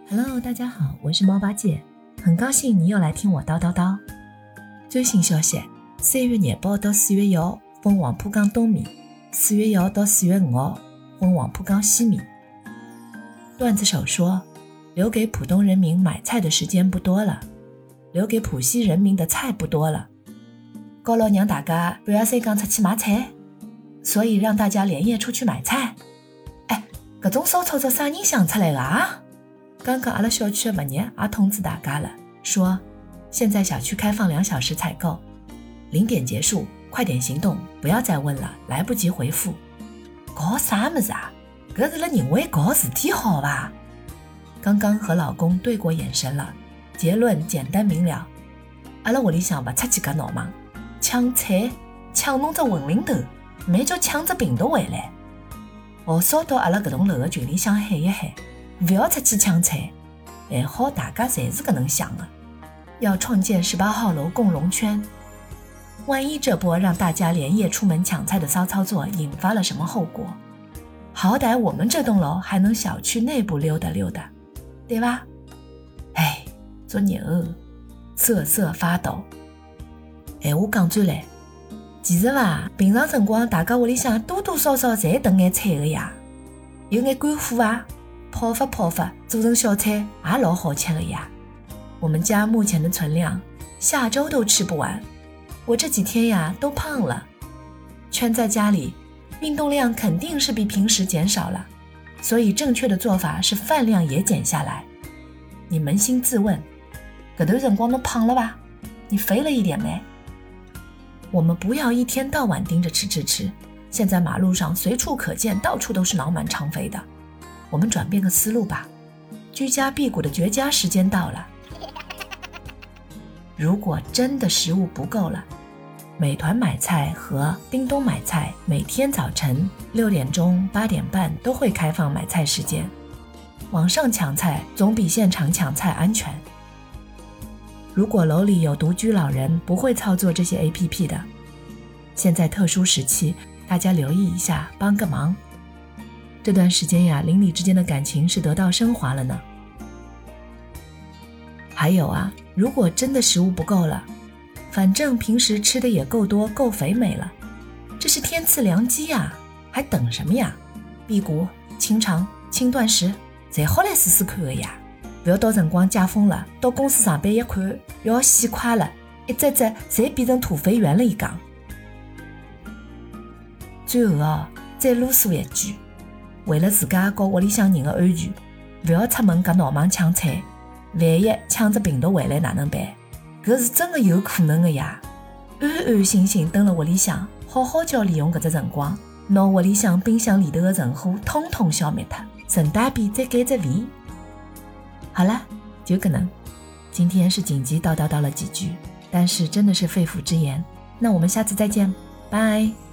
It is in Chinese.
Hello， 大家好，我是猫八戒，很高兴你又来听我叨叨叨。最新消息，3月廿8到4月1号分黄浦江东面，4月1号到4月5号分黄浦江西面。段子手说，留给浦东人民买菜的时间不多了，留给浦西人民的菜不多了，高老让大家半夜3更出去买菜，所以让大家连夜出去买菜。搿种骚操作啥人想出来的啊？刚刚阿拉小区的物业也通知大家了，说现在小区开放2小时采购，0点结束，快点行动，不要再问了，来不及回复。搞啥么子啊？搿是辣人为搞事体好吧？刚刚和老公对过眼神了，结论简单明了。阿拉屋里向勿出去搿闹忙，抢菜抢侬只混灵头，没叫抢只病毒回来。号召到阿拉搿栋楼的群里向喊一喊，不要出去抢菜，还好大家侪是搿能想的，要创建18号楼共荣圈。万一这波让大家连夜出门抢菜的骚操作引发了什么后果，好歹我们这栋楼还能小区内部溜达溜达，对吧？作孽瑟瑟发抖。闲话讲转来，其实平常辰光大家屋里向多多少少侪囤眼菜的呀，有眼干货啊，泡发做成小菜也老好吃的呀。我们家目前的存量下周都吃不完，我这几天都胖了，圈在家里，运动量肯定是比平时减少了，所以正确的做法是饭量也减下来。你扪心自问，搿段辰光侬胖了吧？你肥了一点没？我们不要一天到晚盯着吃，现在马路上随处可见，到处都是脑满肠肥的。我们转变个思路吧，居家辟谷的绝佳时间到了。如果真的食物不够了，美团买菜和叮咚买菜每天早晨6点钟、8点半都会开放买菜时间，网上抢菜总比现场抢菜安全。如果楼里有独居老人不会操作这些 APP 的，现在特殊时期，大家留意一下，帮个忙。这段时间邻里之间的感情是得到升华了呢。还有如果真的食物不够了，反正平时吃的也够多够肥美了，这是天赐良机还等什么呀？辟谷、清肠、轻断食，侪好来试试看的呀。不要到辰光解封了，到公司上班一看，要死快了，一只侪变成土肥圆了一讲。最后再啰嗦一句，为了自家和屋里向人的安全，不要出门搿闹忙抢菜，万一抢只病毒回来哪能办？搿是真的有可能的呀。安安心心蹲辣屋里向，好好叫利用搿只辰光，拿屋里向冰箱里头的尘火统统消灭脱，顺带便再减只肥。好了，就搿能。今天是紧急叨叨叨了几句，但是真的是肺腑之言。那我们下次再见，拜。